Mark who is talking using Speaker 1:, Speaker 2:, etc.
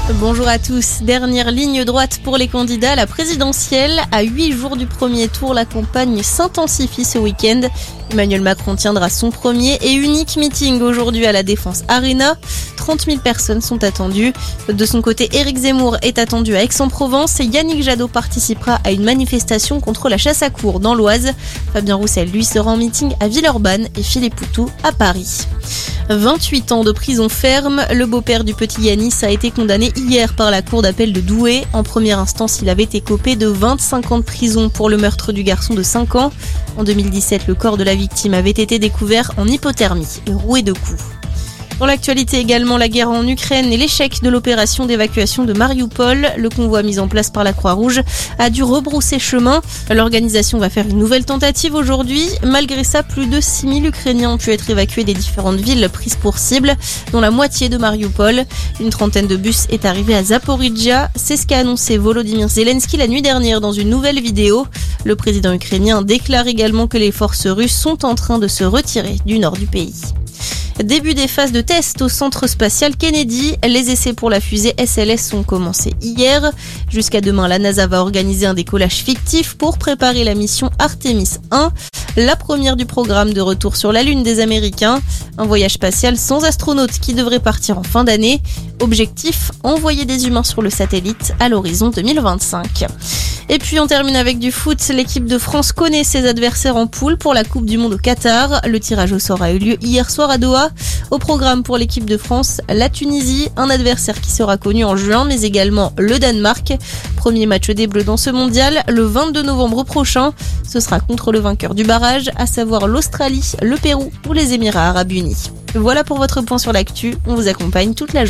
Speaker 1: Bonjour à tous. Dernière ligne droite pour les candidats à la présidentielle. À 8 jours du premier tour, la campagne s'intensifie ce week-end. Emmanuel Macron tiendra son premier et unique meeting aujourd'hui à la Défense Arena. 30 000 personnes sont attendues. De son côté, Éric Zemmour est attendu à Aix-en-Provence et Yannick Jadot participera à une manifestation contre la chasse à courre dans l'Oise. Fabien Roussel, lui, sera en meeting à Villeurbanne et Philippe Poutou à Paris. 28 ans de prison ferme. Le beau-père du petit Yanis a été condamné hier par la cour d'appel de Douai. En première instance, il avait écopé de 25 ans de prison pour le meurtre du garçon de 5 ans. En 2017, le corps de la victime avait été découvert en hypothermie et roué de coups. Dans l'actualité également, la guerre en Ukraine et l'échec de l'opération d'évacuation de Mariupol. Le convoi mis en place par la Croix-Rouge a dû rebrousser chemin. L'organisation va faire une nouvelle tentative aujourd'hui. Malgré ça, plus de 6 000 Ukrainiens ont pu être évacués des différentes villes prises pour cible, dont la moitié de Mariupol. Une trentaine de bus est arrivée à Zaporizhzhia. C'est ce qu'a annoncé Volodymyr Zelensky la nuit dernière dans une nouvelle vidéo. Le président ukrainien déclare également que les forces russes sont en train de se retirer du nord du pays. Début des phases de test au centre spatial Kennedy. Les essais pour la fusée SLS ont commencé hier. Jusqu'à demain, la NASA va organiser un décollage fictif pour préparer la mission Artemis 1, la première du programme de retour sur la Lune des Américains. Un voyage spatial sans astronautes qui devrait partir en fin d'année. Objectif, envoyer des humains sur le satellite à l'horizon 2025. Et puis on termine avec du foot. L'équipe de France connaît ses adversaires en poule pour la Coupe du Monde au Qatar. Le tirage au sort a eu lieu hier soir à Doha. Au programme pour l'équipe de France, la Tunisie, un adversaire qui sera connu en juin, mais également le Danemark. Premier match des Bleus dans ce mondial, le 22 novembre prochain. Ce sera contre le vainqueur du barrage, à savoir l'Australie, le Pérou ou les Émirats Arabes Unis. Voilà pour votre point sur l'actu. On vous accompagne toute la journée.